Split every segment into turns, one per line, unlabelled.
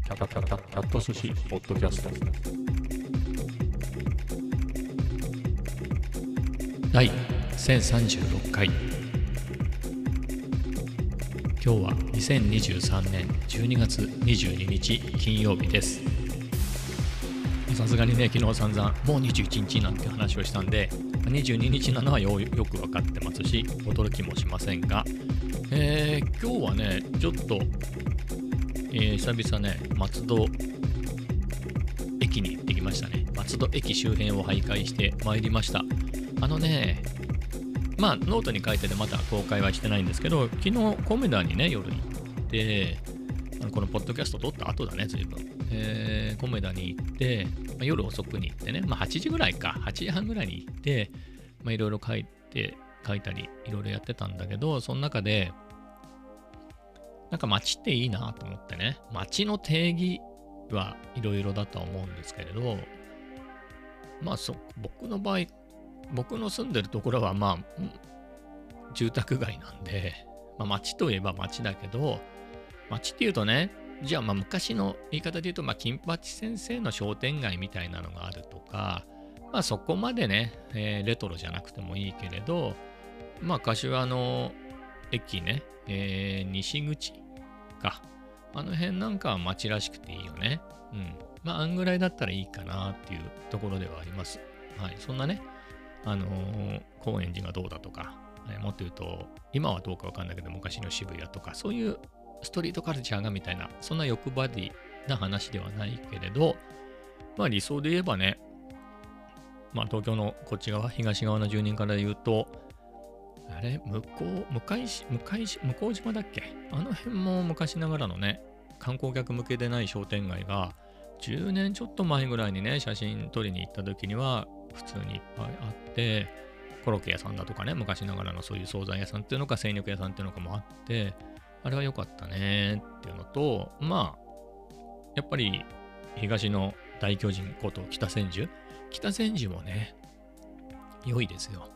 キャット寿司ポッドキャスト
第1036回。今日は2023年12月22日金曜日です。さすがにね、昨日散々もう21日なんて話をしたんで、22日なのはよく分かってますし、驚きもしませんが、今日はね、ちょっと、久々ね、松戸駅に行ってきましたね。松戸駅周辺を徘徊してまいりました。ノートに書いててまだ公開はしてないんですけど、昨日コメダにね、夜行って、このポッドキャスト撮った後だね、随分。コメダに行って、夜遅くに行ってね、8時ぐらいか、8時半ぐらいに行って、いろいろ書いたり、いろいろやってたんだけど、その中で、なんか街っていいなと思ってね、街の定義はいろいろだとは思うんですけれど、僕の場合、僕の住んでるところは住宅街なんで、街といえば街だけど、街っていうとね、じゃあ昔の言い方で言うと、金八先生の商店街みたいなのがあるとか、そこまでね、レトロじゃなくてもいいけれど、柏の駅ね、西口か。あの辺なんかは街らしくていいよね。あんぐらいだったらいいかなっていうところではあります。はい。そんなね、高円寺がどうだとか、もっと言うと、今はどうかわかんないけど、昔の渋谷とか、そういうストリートカルチャーがみたいな、そんな欲張りな話ではないけれど、理想で言えばね、東京のこっち側、東側の住人から言うと、向島だっけ？あの辺も昔ながらのね、観光客向けでない商店街が、10年ちょっと前ぐらいにね、写真撮りに行った時には、普通にいっぱいあって、コロッケ屋さんだとかね、昔ながらのそういう惣菜屋さんっていうのか、精肉屋さんっていうのかもあって、あれは良かったねっていうのと、やっぱり東の大巨人こと北千住もね、良いですよ。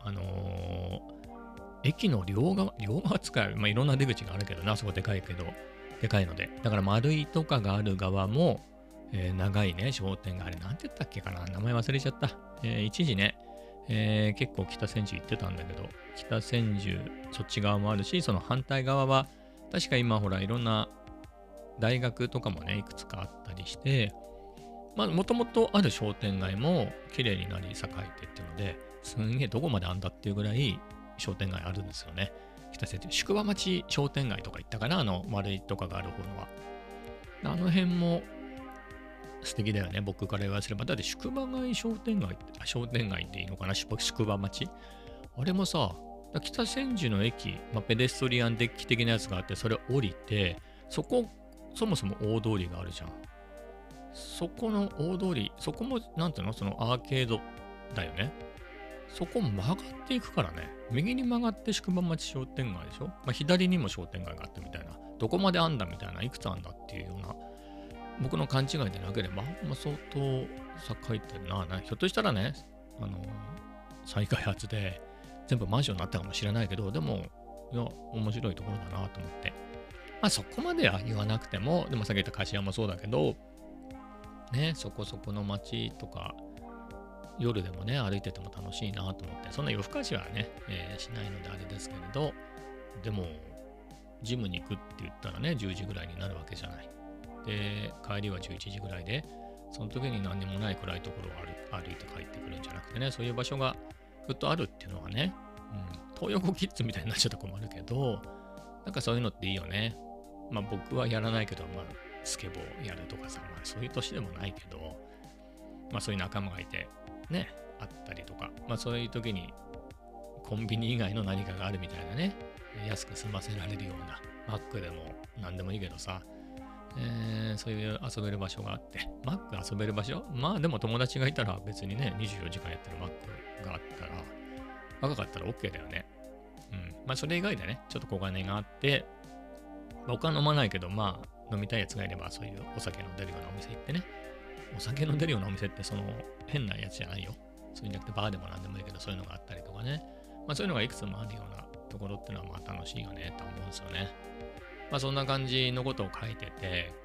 駅の両側使う、いろんな出口があるけどな、あそこでかいので。だから丸いとかがある側も、長いね、商店があれ、なんて言ったっけかな、名前忘れちゃった。一時ね、結構北千住行ってたんだけど、北千住、そっち側もあるし、その反対側は、確か今ほら、いろんな大学とかもね、いくつかあったりして、もともとある商店街も綺麗になり栄えてっていうので、すんげえどこまであんだっていうぐらい商店街あるんですよね。北千住、宿場町商店街とか行ったかな、丸いとかがある方のは。あの辺も素敵だよね、僕から言わせれば。だって宿場街商店街っていいのかな、宿場町。あれもさ、北千住の駅、ペデストリアンデッキ的なやつがあって、それ降りて、そもそも大通りがあるじゃん。そこの大通り、そこも、なんていうの、そのアーケードだよね。そこ曲がっていくからね。右に曲がって宿場町商店街でしょ。左にも商店街があってみたいな。どこまであんだみたいな、いくつあんだっていうような、僕の勘違いでなければ、相当栄えてるな。ひょっとしたらね、再開発で全部マンションになったかもしれないけど、でも、いや、面白いところだなと思って。そこまでは言わなくても、でもさっき言った柏もそうだけど、ね、そこそこの街とか、夜でもね、歩いてても楽しいなと思って、そんな夜更かしはね、しないのであれですけれど、でも、ジムに行くって言ったらね、10時ぐらいになるわけじゃない。で、帰りは11時ぐらいで、その時に何にもない暗いところを歩いて帰ってくるんじゃなくてね、そういう場所がふっとあるっていうのはね、東横キッズみたいになっちゃったら困るけど、なんかそういうのっていいよね。僕はやらないけど、スケボーやるとかさ、そういう年でもないけど、そういう仲間がいて、ね、あったりとか、そういう時にコンビニ以外の何かがあるみたいなね、安く済ませられるような、マックでも何でもいいけどさ、そういう遊べる場所があって、マック遊べる場所？でも友達がいたら別にね、24時間やってるマックがあったら、若かったら OK だよね。それ以外でね、ちょっと小金があって、僕は飲まないけど、飲みたいやつがいれば、そういうお酒の出るようなお店行ってね。お酒の出るようなお店って、その変なやつじゃないよ。そういうんじゃなくて、バーでもなんでもいいけど、そういうのがあったりとかね。そういうのがいくつもあるようなところってのは、楽しいよね、と思うんですよね。そんな感じのことを書いてて、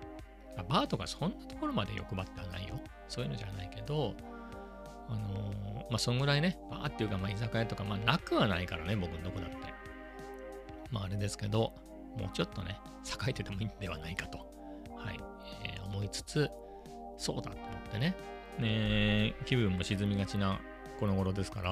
バーとかそんなところまで欲張ってはないよ。そういうのじゃないけど、そんぐらいね、バーっていうか、居酒屋とか、なくはないからね、僕のとこだって。あれですけど、もうちょっとね、栄えててもいいんではないかと、はい、思いつつ、そうだと思ってね、気分も沈みがちなこの頃ですから、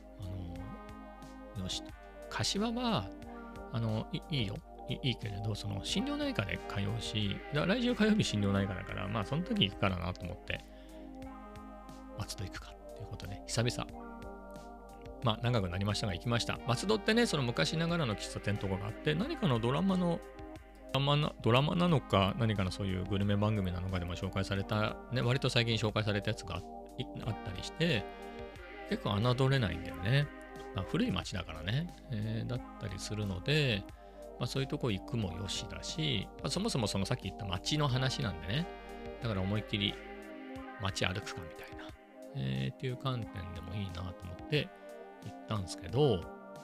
よしと。柏は、いいよ。いいけれど、その心療内科で通うし、来週火曜日心療内科だから、その時行くからなと思って、松戸行くかっていうことで、久々。長くなりましたが行きました。松戸ってね、その昔ながらの喫茶店とかがあって、何かのドラマなのか、何かのそういうグルメ番組なのかでも紹介された、ね、割と最近紹介されたやつがあったりして、結構侮れないんだよね。古い町だからね、だったりするので、そういうとこ行くもよしだし、そもそもそのさっき言った町の話なんでね、だから思いっきり街歩くかみたいな、っていう観点でもいいなと思って行ったんですけど、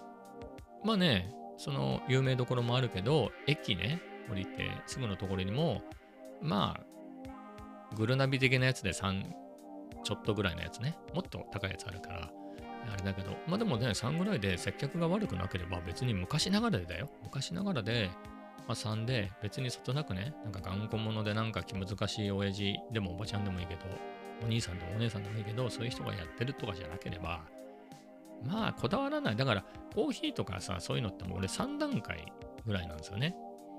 その有名どころもあるけど、駅ね、降りてすぐのところにも、グルナビ的なやつで3ちょっとぐらいのやつね、もっと高いやつあるから、あれだけど、でもね、3ぐらいで接客が悪くなければ別に昔ながらでだよ。昔ながらで、3で別に外なくね、なんか頑固者でなんか気難しい親父でもおばちゃんでもいいけど、お兄さんでもお姉さんでもいいけど、そういう人がやってるとかじゃなければ、こだわらない。だから、コーヒーとかさ、そういうのってもう俺3段階ぐらいなんですよね。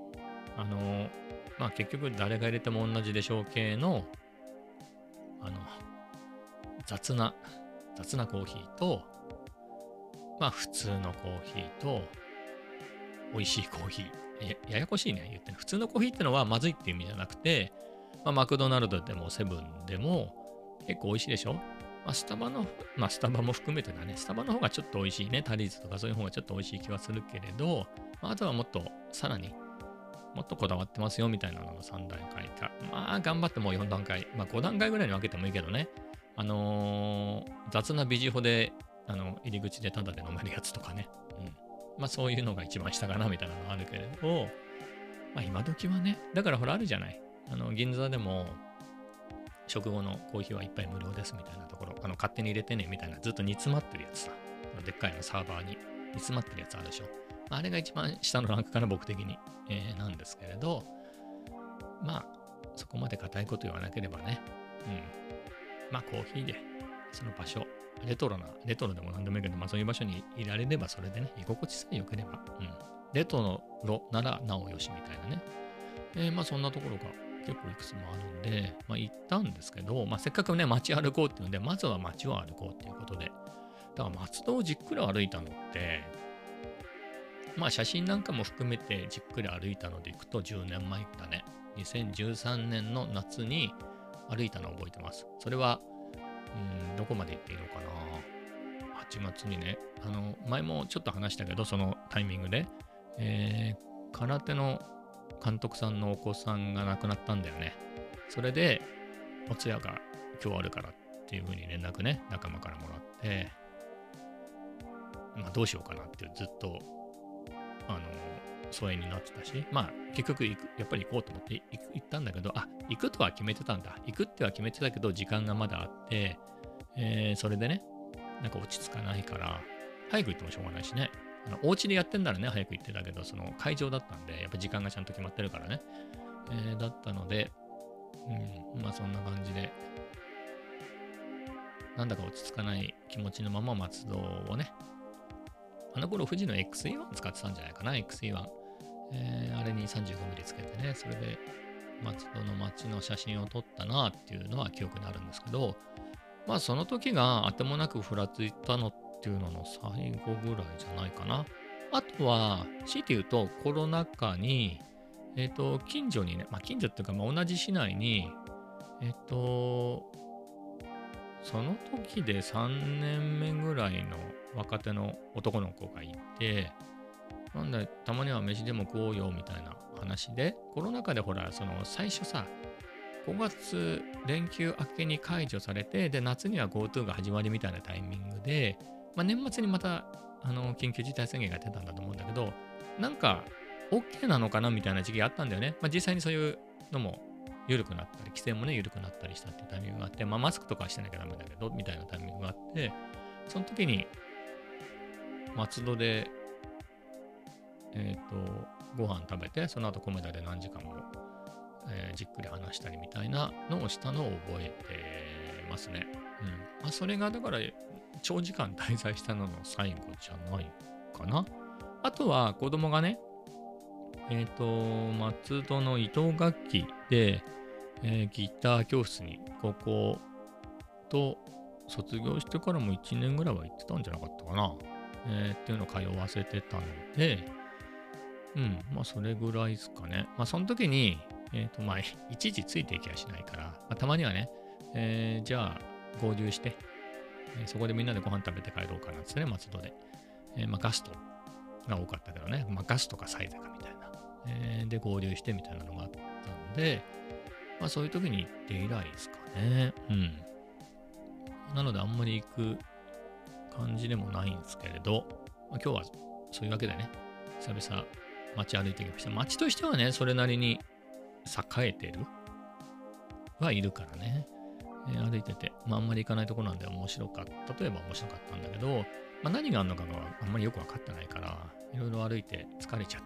結局誰が入れても同じでしょう系の、雑なコーヒーと、普通のコーヒーと、美味しいコーヒー。ややこしいね、言ってね。普通のコーヒーってのはまずいっていう意味じゃなくて、マクドナルドでもセブンでも結構美味しいでしょ。スタバも含めてだね。スタバの方がちょっと美味しいね。タリーズとかそういう方がちょっと美味しい気はするけれど、あとはもっと、さらに、もっとこだわってますよみたいなのの3段階か。頑張ってもう4段階。5段階ぐらいに分けてもいいけどね。雑なビジホで、入り口でタダで飲めるやつとかね。そういうのが一番下かなみたいなのがあるけれど、今時はね、だからほらあるじゃない。銀座でも、食後のコーヒーは一杯無料ですみたいなところ、勝手に入れてねみたいな、ずっと煮詰まってるやつさ。でっかいのサーバーに煮詰まってるやつあるでしょ。あれが一番下のランクかな、僕的に。なんですけれど、そこまで硬いこと言わなければね。コーヒーで、その場所、レトロでも何でもいいけど、そういう場所にいられればそれでね、居心地さえ良ければ、レトロならなおよしみたいなね。そんなところが結構いくつもあるんで、行ったんですけど、せっかくね、街歩こうっていうので、まずは街を歩こうっていうことで、だから松戸をじっくり歩いたのって、写真なんかも含めてじっくり歩いたので行くと10年前だね。2013年の夏に歩いたのを覚えてます。それは、どこまで行っていいのかな。8月にね、前もちょっと話したけど、そのタイミングで、空手の監督さんのお子さんが亡くなったんだよね。それで、お通夜が今日あるからっていう風に連絡ね、仲間からもらって、どうしようかなってずっと、疎遠になってたし、結局やっぱり行こうと思って行ったんだけど、行くとは決めてたんだ。行くっては決めてたけど、時間がまだあって、それでね、なんか落ち着かないから、早く行ってもしょうがないしね。お家でやってんならね、早く行ってたけど、その会場だったんで、やっぱ時間がちゃんと決まってるからね。だったので、そんな感じで、なんだか落ち着かない気持ちのまま松戸をね、あの頃富士の XE1 使ってたんじゃないかな、XE1。あれに 35mm つけてね、それで松戸の街の写真を撮ったなっていうのは記憶にあるんですけど、その時があてもなくふらついたのっていうのの最後ぐらいじゃないかな。あとは、強いて言うとコロナ禍に、近所にね、近所っていうか同じ市内に、その時で3年目ぐらいの若手の男の子がいて、なんだ、たまには飯でも食おうよみたいな話で、コロナ禍でほら、その最初さ、5月連休明けに解除されて、で、夏には GoTo が始まりみたいなタイミングで、年末にまた、緊急事態宣言が出たんだと思うんだけど、なんか、OK なのかなみたいな時期あったんだよね。実際にそういうのも緩くなったり、規制もね、緩くなったりしたっていうタイミングがあって、まあ、マスクとかはしてなきゃダメだけど、みたいなタイミングがあって、その時に、松戸で、ご飯食べて、その後コメダで何時間も、じっくり話したりみたいなのをしたのを覚えてますね。まあ、それがだから長時間滞在したのの最後じゃないかな。あとは子供がね、松戸の伊藤楽器で、ギター教室に高校と卒業してからも1年ぐらいは行ってたんじゃなかったかな。っていうのを通わせてたので、まあそれぐらいですかね。まあその時に、まあ一時ついていきゃしないから、まあ、たまにはね、じゃあ合流して、そこでみんなでご飯食べて帰ろうかなってね、松戸で。まあガストが多かったけどね、まあガストかサイゼかみたいな。で合流してみたいなのがあったんで、まあそういう時に行って以来ですかね。なのであんまり行く感じでもないんですけれど、まあ、今日はそういうわけでね、久々街歩いてきました。街としてはね、それなりに栄えてるはいるからね。歩いてて、まああんまり行かないとこなんで面白かった。例えば面白かったんだけど、まあ何があるのかがあんまりよくわかってないから、いろいろ歩いて疲れちゃって、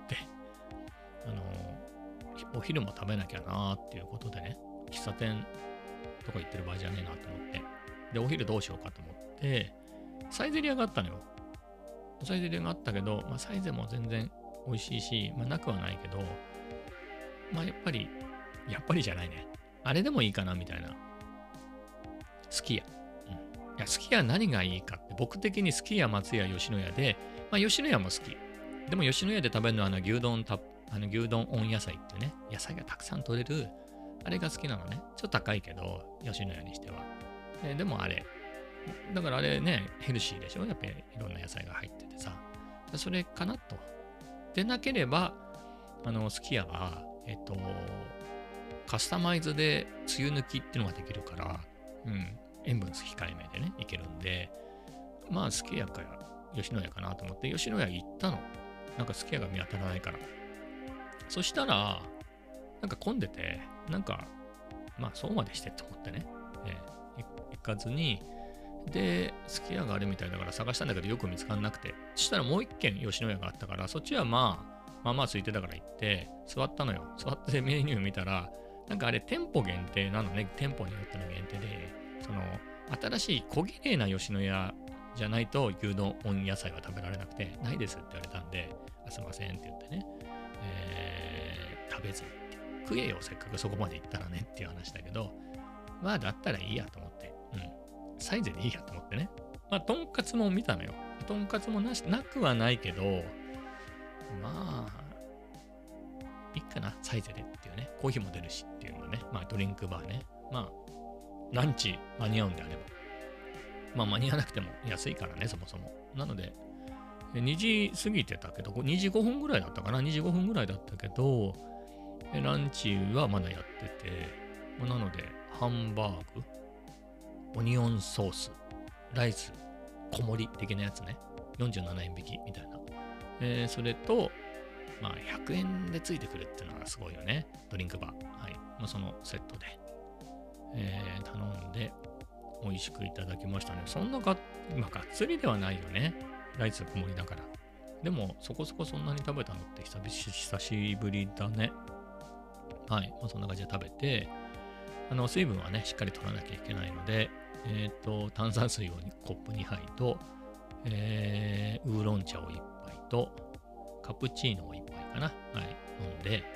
お昼も食べなきゃなーっていうことでね、喫茶店とか行ってる場合じゃねえなと思って、で、お昼どうしようかと思って、サイゼリヤがあったのよ。サイゼリヤがあったけど、まあ、サイゼも全然美味しいし、まあ、なくはないけど、まあ、やっぱりじゃないね。あれでもいいかな、みたいな。すき家。いや、すき家何がいいかって、僕的にすき家、松屋、吉野家で、まあ、吉野家も好き。でも、吉野家で食べるのは牛丼温野菜っていうね、野菜がたくさん取れる、あれが好きなのね。ちょっと高いけど、吉野家にしては。でもあれ、だからあれね、ヘルシーでしょ？やっぱりいろんな野菜が入っててさ。それかなと。でなければ、すき家は、カスタマイズでつゆ抜きっていうのができるから、塩分控えめでね、いけるんで、まあ、すき家か吉野家かなと思って、吉野家行ったの。なんかすき家が見当たらないから。そしたら、なんか混んでて、なんか、まあ、そうまでしてって思ってね、行かずに、で、すき家があるみたいだから探したんだけどよく見つからなくて。そしたらもう一軒吉野家があったから、そっちはまあ空いてたから行って、座ったのよ。座ってメニュー見たら、なんかあれ店舗限定なのね。店舗によっての限定で、新しい小綺麗な吉野家じゃないと牛丼温野菜は食べられなくて、ないですって言われたんで、すいませんって言ってね、食べずに食えよ、せっかくそこまで行ったらねっていう話だけど、まあだったらいいやと思って、サイゼでいいやと思ってね。まあ、とんかつも見たのよ。とんかつもなくはないけど、まあ、いいかな、サイゼでっていうね。コーヒーも出るしっていうのね。まあ、ドリンクバーね。まあ、ランチ間に合うんであれば。まあ、間に合わなくても安いからね、そもそも。なので、2時過ぎてたけど、2時5分ぐらいだったかな。2時5分ぐらいだったけど、ランチはまだやってて、なので、ハンバーグ、オニオンソース、ライス、小盛り的なやつね。47円引きみたいな。それと、まあ、100円でついてくるっていうのがすごいよね。ドリンクバー。はい。まあ、そのセットで、頼んで、美味しくいただきましたね。そんながっつりではないよね。ライス小盛りだから。でも、そこそこそんなに食べたのって久しぶりだね。はい。まあ、そんな感じで食べて、水分はね、しっかり取らなきゃいけないので、炭酸水をコップ2杯と、ウーロン茶を1杯と、カプチーノを1杯かな。はい。飲んで、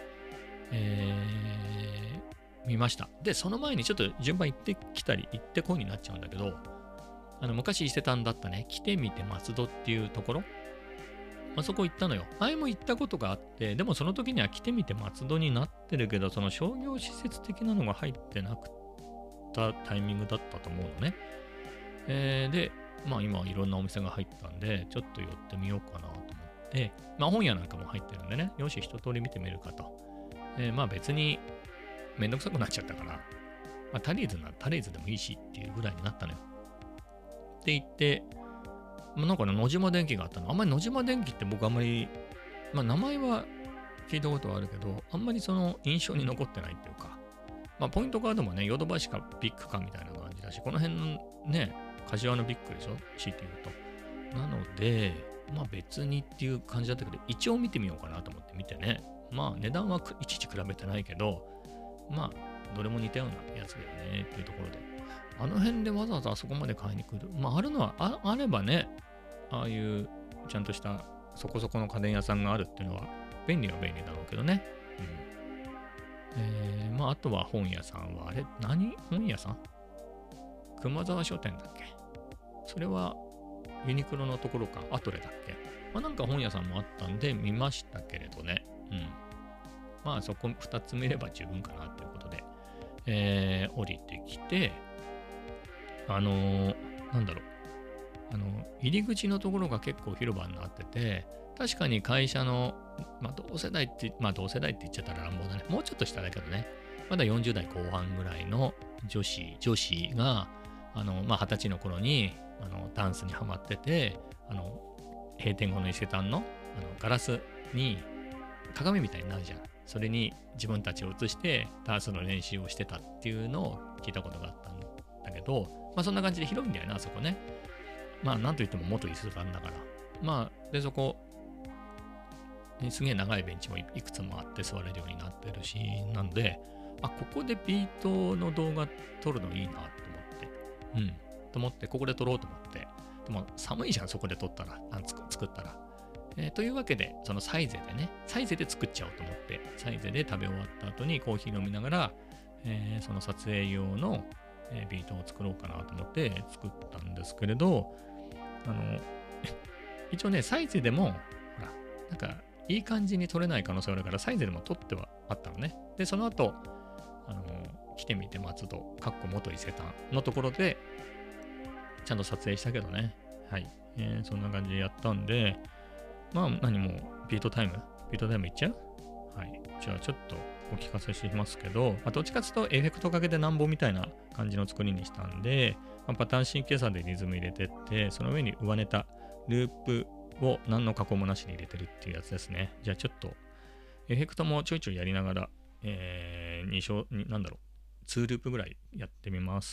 見ました。で、その前にちょっと順番行ってきたり、行ってこいになっちゃうんだけど、昔伊勢丹だったね、来てみて松戸っていうところ、まあ、そこ行ったのよ。前も行ったことがあって、でもその時には来てみて松戸になってるけど、その商業施設的なのが入ってなくたタイミングだったと思うのね。で、まあ今いろんなお店が入ったんで、ちょっと寄ってみようかなと思って、まあ本屋なんかも入ってるんでね、よし一通り見てみるかと。まあ別にめんどくさくなっちゃったから、まあタリーズならタリーズでもいいしっていうぐらいになったのよ。って言って、なんかね、野島電機があったの。あんまり野島電機って僕あんまり、まあ名前は聞いたことはあるけど、あんまりその印象に残ってないっていうか、 まあ、ポイントカードもね、ヨドバシかビッグかみたいな感じだし、この辺のね、柏のビッグでしょ ?C って言うと。なので、まあ別にっていう感じだったけど、一応見てみようかなと思って見てね。まあ値段はいちいち比べてないけど、まあどれも似たようなやつだよねっていうところで。あの辺でわざわざあそこまで買いに来る。まああるのはあればね、ああいうちゃんとしたそこそこの家電屋さんがあるっていうのは便利は便利だろうけどね。まああとは本屋さんは、あれ本屋さん熊沢書店だっけそれはユニクロのところか、アトレだっけまあなんか本屋さんもあったんで見ましたけれどね。まあそこ2つ見れば十分かなということで、降りてきて、なんだろう。入り口のところが結構広場になってて、確かに会社の、まあ同世代って言っちゃったら乱暴だね。もうちょっと下だけどね。まだ40代後半ぐらいの女子が、まあ20歳の頃に、ダンスにハマってて、閉店後の伊勢丹の、ガラスに鏡みたいになるじゃん。それに自分たちを映してダンスの練習をしてたっていうのを聞いたことがあったんだけど、まあそんな感じで広いんだよな、あそこね。まあなんといっても元伊勢丹だから。まあでそこにすげえ長いベンチもいくつもあって座れるようになってるし、なんで、ここでビートの動画撮るのいいなと思って、ここで撮ろうと思って。でも寒いじゃん、そこで撮ったら、作ったら。というわけで、そのサイゼで作っちゃおうと思って、サイゼで食べ終わった後にコーヒー飲みながら、その撮影用の、ビートを作ろうかなと思って作ったんですけれど、一応ね、サイゼでも、ほら、なんか、いい感じに撮れない可能性があるから、サイゼでも撮ってはあったのね。で、その後、来てみて松戸、元伊勢丹のところで、ちゃんと撮影したけどね。はい。そんな感じでやったんで、まあ何もビートタイムいっちゃう？はい。じゃあちょっとお聞かせしますけど、どっちかというとエフェクトかけてなんぼみたいな感じの作りにしたんで、パターンシンケーサーでリズム入れてって、その上に上ネタ、ループを何の加工もなしに入れてるっていうやつですね。じゃあちょっとエフェクトもちょいちょいやりながら、2ループぐらいやってみます。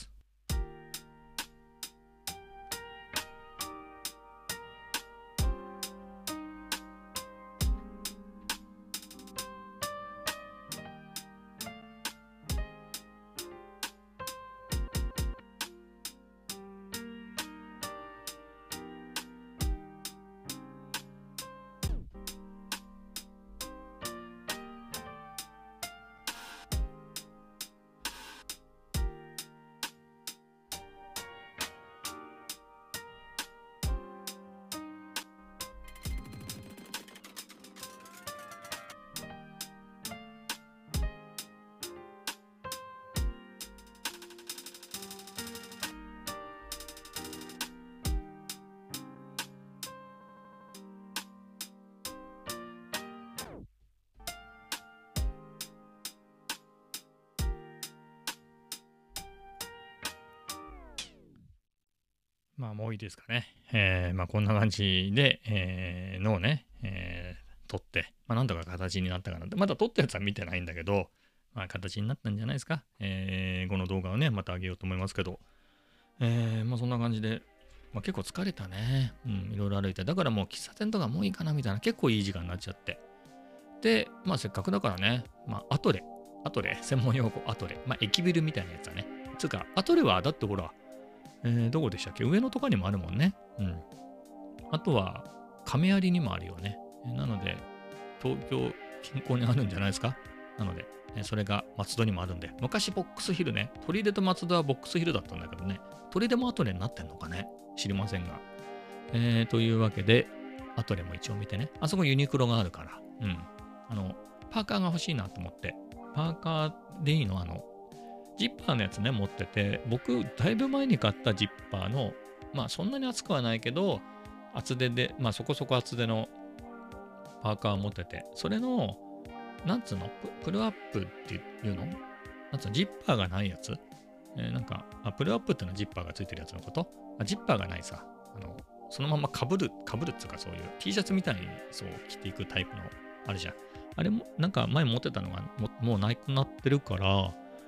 まあもういいですかね。まあこんな感じで、のをね、撮って、まあなんとか形になったかなって。まだ撮ったやつは見てないんだけど、まあ形になったんじゃないですか。この動画をね、また上げようと思いますけど、まあそんな感じで、まあ結構疲れたね。いろいろ歩いて。だからもう喫茶店とかもういいかなみたいな、結構いい時間になっちゃって。で、まあせっかくだからね、まあアトレ、専門用語アトレ。まあ駅ビルみたいなやつだね。つうか、アトレはだってほら、どこでしたっけ？上のとこにもあるもんね。あとは、亀有にもあるよね。なので、東京近郊にあるんじゃないですか？なので、それが松戸にもあるんで、昔ボックスヒルね、砦と松戸はボックスヒルだったんだけどね、砦もアトレになってんのかね？知りませんが。というわけで、アトレも一応見てね、あそこユニクロがあるから、パーカーが欲しいなと思って、パーカーでいいの？ジッパーのやつね、持ってて、僕、だいぶ前に買ったジッパーの、まあ、そんなに厚くはないけど、厚手で、まあ、そこそこ厚手のパーカーを持ってて、それの、なんつうの、プルアップっていうの？なんつうの、ジッパーがないやつ？プルアップってのはジッパーがついてるやつのこと？ジッパーがないさ、そのまま被るっていうか、そういう T シャツみたいにそう着ていくタイプのあるじゃん。あれも、なんか前持ってたのがもうなくなってるから、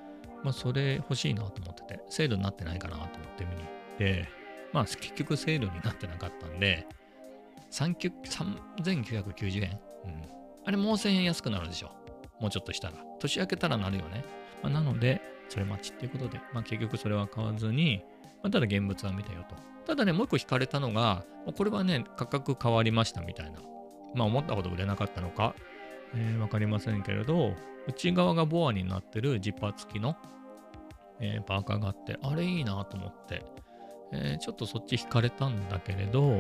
それ欲しいなと思ってて、セールになってないかなと思って見に行って、結局セールになってなかったんで、3990円、あれもう1000円安くなるでしょ。もうちょっとしたら。年明けたらなるよね。なので、それ待ちっていうことで、結局それは買わずに、ただ現物は見たよと。ただね、もう一個惹かれたのが、これはね、価格変わりましたみたいな。思ったほど売れなかったのか、わかりませんけれど、内側がボアになってるジッパー付きの、パーカーがあって、あれいいなと思って、ちょっとそっち惹かれたんだけれど、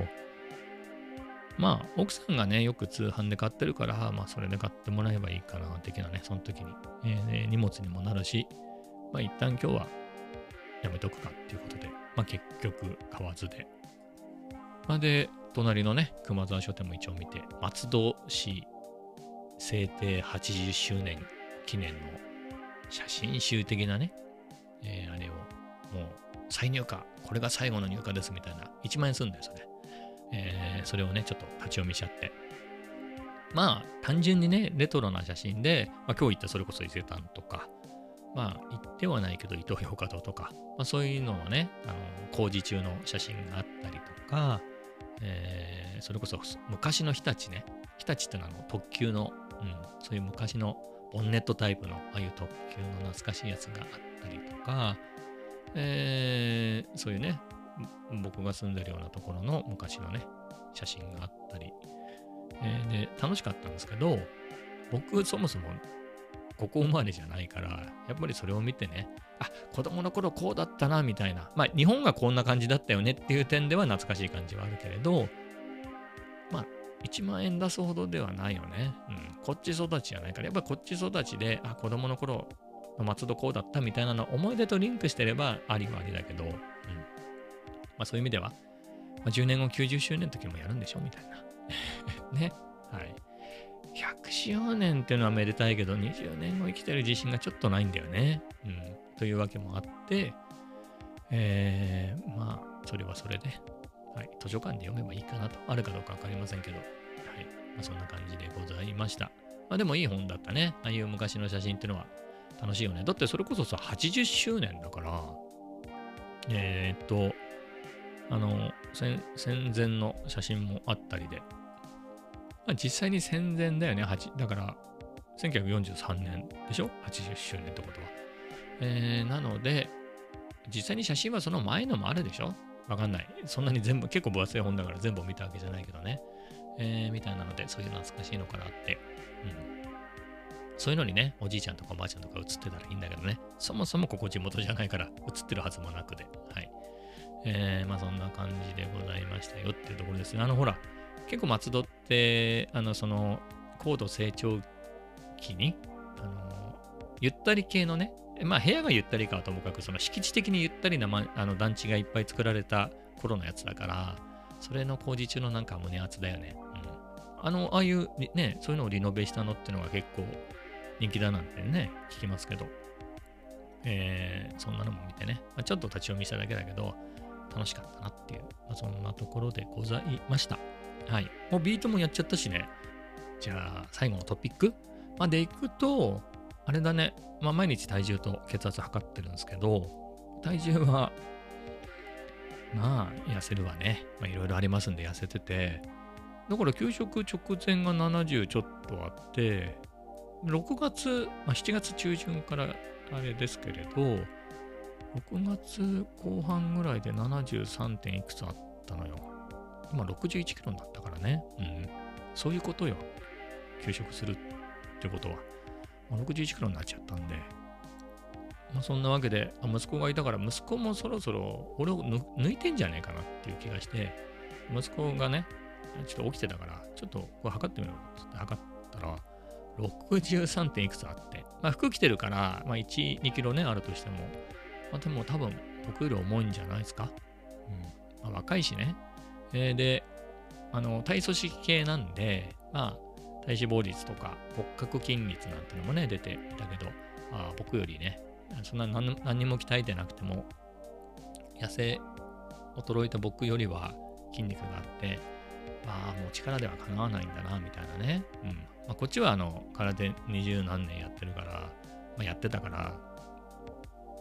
奥さんがね、よく通販で買ってるから、それで買ってもらえばいいかな、的なね、その時に。荷物にもなるし、一旦今日はやめとくかっていうことで、結局買わずで。で、隣のね、熊沢書店も一応見て、松戸市制定80周年記念の写真集的なね、あれをもう再入荷、これが最後の入荷ですみたいな、1万円するんですよね。それをね、ちょっと立ち読みしちゃって。単純にね、レトロな写真で、今日行ったそれこそ伊勢丹とか、行ってはないけど、イトーヨーカドーとか、そういうののね、工事中の写真があったりとか、それこそ昔の日立ね、日立ってのは特急の、そういう昔のボンネットタイプの、ああいう特急の懐かしいやつがあったりとか、そういうね、僕が住んでるようなところの昔のね、写真があったり、で、楽しかったんですけど、僕そもそもここ生まれじゃないから、やっぱりそれを見てね、子供の頃こうだったな、みたいな。日本がこんな感じだったよねっていう点では懐かしい感じはあるけれど、1万円出すほどではないよね。こっち育ちじゃないから、やっぱりこっち育ちで、子供の頃の松戸こうだったみたいなの思い出とリンクしてればありはありだけど、そういう意味では、10年後90周年の時もやるんでしょみたいな。ね。はい。100周年っていうのはめでたいけど、20年後生きてる自信がちょっとないんだよね。というわけもあって、それはそれで、図書館で読めばいいかなと。あるかどうかわかりませんけど、そんな感じでございました。でもいい本だったね。ああいう昔の写真っていうのは楽しいよね。だってそれこそさ、80周年だから、戦前の写真もあったりで、実際に戦前だよね。だから、1943年でしょ ?80 周年ってことは。なので、実際に写真はその前のもあるでしょわかんない。そんなに全部、結構分厚い本だから全部見たわけじゃないけどね。みたいなので、そういう懐かしいのかなって。そういうのにね、おじいちゃんとかおばあちゃんとか写ってたらいいんだけどね。そもそもここ地元じゃないから写ってるはずもなくで。はい。そんな感じでございましたよっていうところですね。ほら、結構松戸って、高度成長期に、ゆったり系のね、部屋がゆったりかはともかく、その敷地的にゆったりな、団地がいっぱい作られた頃のやつだから、それの工事中のなんか胸熱だよね。ああいうね、そういうのをリノベしたのってのが結構人気だなんてね、聞きますけど、そんなのも見てね、ちょっと立ち読みしただけだけど、楽しかったなっていう、そんなところでございました。はい。もうビートもやっちゃったしね。じゃあ、最後のトピックでいくと、あれだね。毎日体重と血圧測ってるんですけど、体重は、痩せるわね。いろいろありますんで痩せてて、だから給食直前が70ちょっとあって、6月、7月中旬からあれですけれど、6月後半ぐらいで 73. 点いくつあったのよ。今61キロになったからね。そういうことよ。休職するってことは。61キロになっちゃったんで。そんなわけで、息子がいたから、息子もそろそろ俺を抜いてんじゃねえかなっていう気がして、息子がね、ちょっと起きてたから、ちょっとこれ測ってみようって測ったら、63. 点いくつあって、服着てるから、1、2キロね、あるとしても、でも多分僕より重いんじゃないですか。若いしね。で、体組織系なんで、体脂肪率とか骨格筋率なんてのもね、出ていたけど、僕よりね、そんな何にも鍛えてなくても、衰えた僕よりは筋肉があって、もう力ではかなわないんだな、みたいなね。こっちは空手20何年やってるから、やってたから、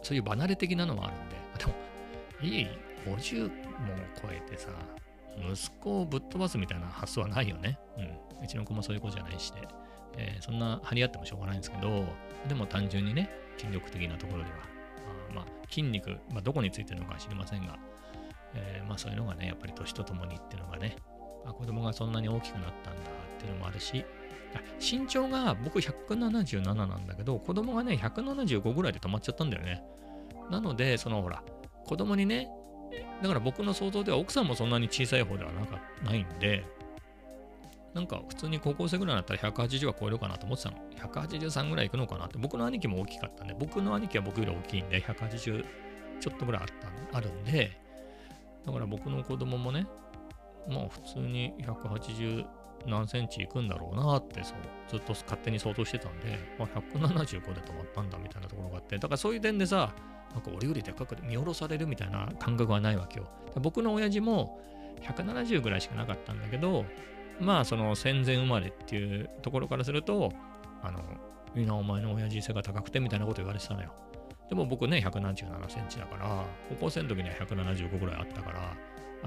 そういう離れ的なのもあるんで、でも、50も超えてさ、息子をぶっ飛ばすみたいな発想はないよね。うちの子もそういう子じゃないしで、そんな張り合ってもしょうがないんですけど、でも単純にね、筋力的なところでは、筋肉、どこについてるのか知りませんが、そういうのがね、やっぱり年とともにっていうのがね、子供がそんなに大きくなったんだっていうのもあるし、身長が僕177なんだけど、子供がね、175ぐらいで止まっちゃったんだよね。なので、ほら、子供にね、だから僕の想像では奥さんもそんなに小さい方ではないんで、なんか普通に高校生ぐらいだったら180は超えるかなと思ってたの。183ぐらいいくのかなって。僕の兄貴も大きかったんで、僕の兄貴は僕より大きいんで、180ちょっとぐらいあるんで、だから僕の子供もね、普通に180何センチいくんだろうなって、ずっと勝手に想像してたんで、175で止まったんだみたいなところがあって、だからそういう点でさ、なんか俺よりでかく見下ろされるみたいな感覚はないわけよ。僕の親父も170ぐらいしかなかったんだけど、戦前生まれっていうところからすると、いいな、お前の親父背が高くてみたいなこと言われてたのよ。でも僕ね、177センチだから、高校生の時には175ぐらいあったから、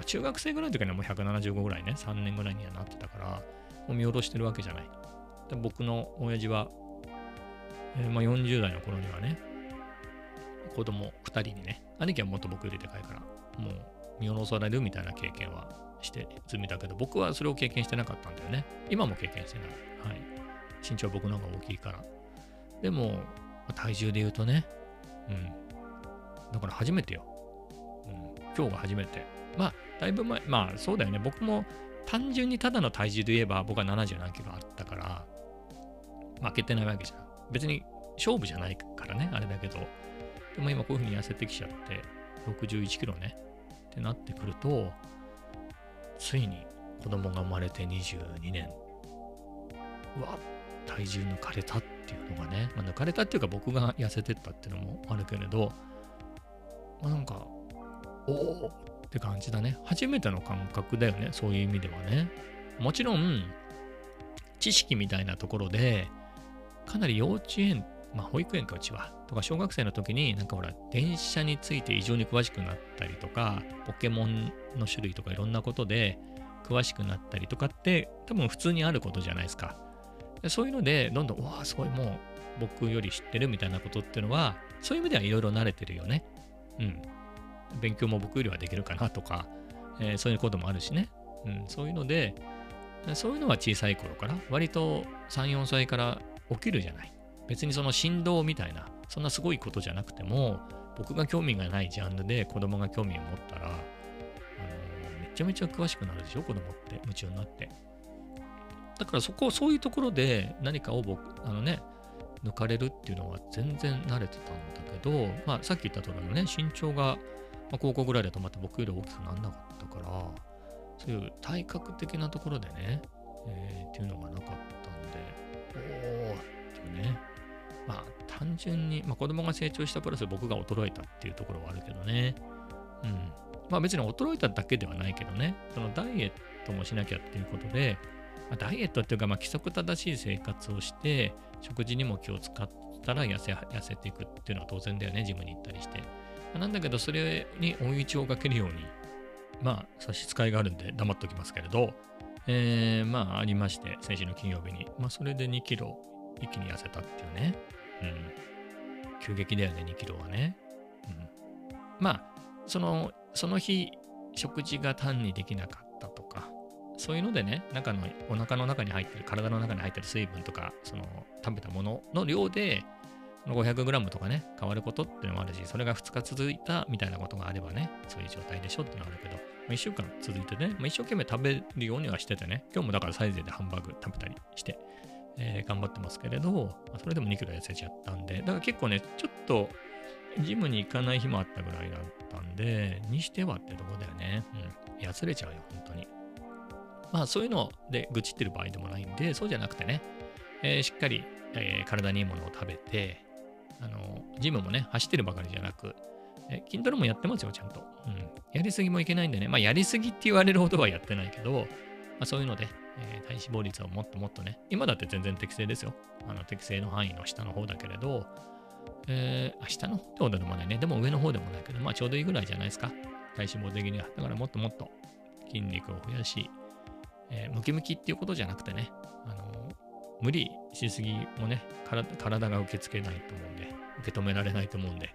中学生ぐらいの時にはもう175ぐらいね、3年ぐらいにはなってたから、もう見下ろしてるわけじゃない。で僕の親父は、40代の頃にはね、子供2人にね、兄貴はもっと僕よりでかいから、もう見下ろされるみたいな経験はして済みだけど、僕はそれを経験してなかったんだよね。今も経験してない。はい。身長僕の方が大きいから。でも、体重で言うとね、だから初めてよ。今日が初めて。だいぶ前、そうだよね。僕も単純にただの体重で言えば、僕は70何キロあったから、負けてないわけじゃん。別に勝負じゃないからね、あれだけど。でも今こういう風に痩せてきちゃって、61キロね、ってなってくると、ついに子供が生まれて22年、体重抜かれたっていうのがね、抜かれたっていうか僕が痩せてったっていうのもあるけれど、なんか、おおって感じだね。初めての感覚だよね、そういう意味ではね。もちろん、知識みたいなところで、かなり幼稚園、保育園かうちは、とか小学生の時に、なんかほら、電車について異常に詳しくなったりとか、ポケモンの種類とかいろんなことで詳しくなったりとかって、多分普通にあることじゃないですか。そういうので、どんどん、すごいもう僕より知ってるみたいなことっていうのは、そういう意味ではいろいろ慣れてるよね。勉強も僕よりはできるかなとか、そういうこともあるしね。そういうので、そういうのは小さい頃から、割と3、4歳から起きるじゃない。別にその振動みたいな、そんなすごいことじゃなくても、僕が興味がないジャンルで子供が興味を持ったら、めちゃめちゃ詳しくなるでしょ、子供って夢中になって。だからそういうところで何かを抜かれるっていうのは全然慣れてたんだけど、さっき言った通りのね、身長が、高校ぐらいで止まって僕より大きくならなかったから、そういう体格的なところでね、っていうのがなかったんで、っていうね。単純に、子供が成長したプラス僕が衰えたっていうところはあるけどね。別に衰えただけではないけどね、そのダイエットもしなきゃっていうことで、ダイエットっていうか、規則正しい生活をして、食事にも気を使ったら痩せていくっていうのは当然だよね、ジムに行ったりして。なんだけど、それに追い打ちをかけるように、差し支えがあるんで黙っておきますけれど、ありまして、先週の金曜日に。それで2キロ一気に痩せたっていうね。急激だよね、2キロはね。その日、食事が単にできなかったとか、そういうのでね、お腹の中に入ってる、体の中に入ってる水分とか、食べたものの量で、500g とかね、変わることっていうのもあるし、それが2日続いたみたいなことがあればね、そういう状態でしょってのがあるけど、1週間続いてね、一生懸命食べるようにはしててね、今日もだからサイゼでハンバーグ食べたりして、頑張ってますけれど、それでも2キロ痩せちゃったんで、だから結構ね、ちょっとジムに行かない日もあったぐらいだったんで、にしてはってとこだよね。やつれちゃうよ、本当に。そういうので愚痴ってる場合でもないんで、そうじゃなくてね、しっかり、体にいいものを食べて、ジムもね、走ってるばかりじゃなく、筋トレもやってますよ、ちゃんと。やりすぎもいけないんでね、やりすぎって言われるほどはやってないけど、そういうので、体脂肪率をもっともっとね、今だって全然適正ですよ。適正の範囲の下の方だけれど、 下の方ってほどでもないね。でも上の方でもないけど、まあちょうどいいぐらいじゃないですか。体脂肪的には。だからもっともっと筋肉を増やし、ムキムキっていうことじゃなくてね、無理しすぎもね、体が受け付けないと思うんで、受け止められないと思うんで、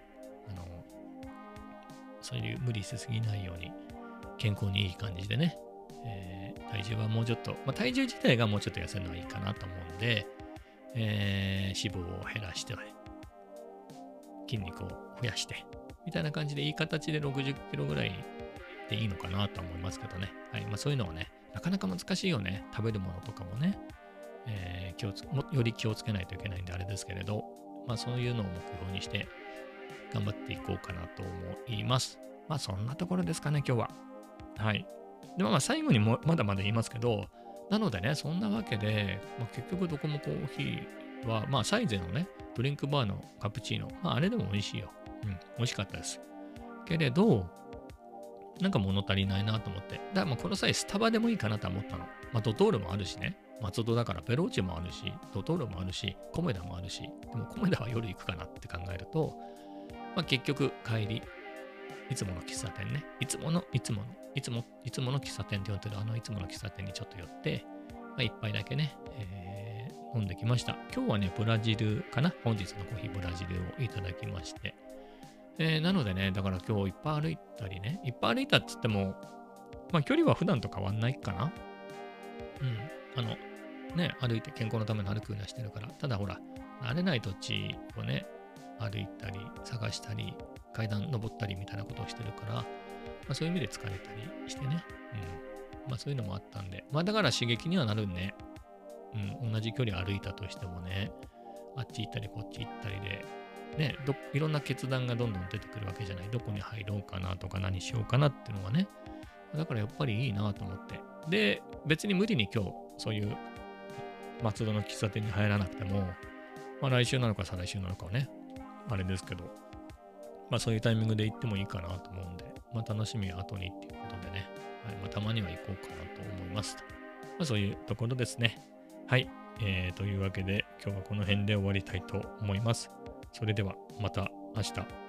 そういう無理しすぎないように、健康にいい感じでね、体重はもうちょっと、まあ、体重自体がもうちょっと痩せるのはいいかなと思うんで、脂肪を減らして、筋肉を増やして、みたいな感じでいい形で60キロぐらいでいいのかなと思いますけどね。はい。まあそういうのはね、なかなか難しいよね。食べるものとかもね、より気をつけないといけないんであれですけれど、まあそういうのを目標にして頑張っていこうかなと思います。まあそんなところですかね、今日は。はい。でもまあ最後にもまだまだ言いますけど、なのでね、そんなわけで、まあ、結局ドコモコーヒーは、まあサイゼのね、ドリンクバーのカプチーノ、まああれでも美味しいよ。うん、美味しかったです。けれど、なんか物足りないなと思って。だからまあこの際スタバでもいいかなと思ったの。まあドトールもあるしね。松戸だからベローチェもあるし、ドトールもあるし、コメダもあるし、でもコメダは夜行くかなって考えると、まあ結局帰り、いつもの喫茶店ね。いつもの喫茶店って呼んでるいつもの喫茶店にちょっと寄って、まあ一杯だけね、飲んできました。今日はね、ブラジルかな。本日のコーヒーブラジルをいただきまして。なのでね、だから今日いっぱい歩いたりね、いっぱい歩いたっつっても、まあ距離は普段と変わんないかな。うん。歩いて健康のための歩くようにしてるから、ただほら、慣れない土地をね、歩いたり、探したり、階段登ったりみたいなことをしてるから、まあそういう意味で疲れたりしてね。うん。まあそういうのもあったんで、まあだから刺激にはなるんね。うん。同じ距離歩いたとしてもね、あっち行ったりこっち行ったりで、ね、いろんな決断がどんどん出てくるわけじゃない。どこに入ろうかなとか何しようかなっていうのがね。だからやっぱりいいなと思って。で、別に無理に今日、そういう松戸の喫茶店に入らなくても、まあ来週なのか再来週なのかはね、あれですけど、まあそういうタイミングで行ってもいいかなと思うんで、まあ楽しみは後にっていうことでね、はい、まあたまには行こうかなと思います。まあそういうところですね。はい。というわけで今日はこの辺で終わりたいと思います。それではまた明日。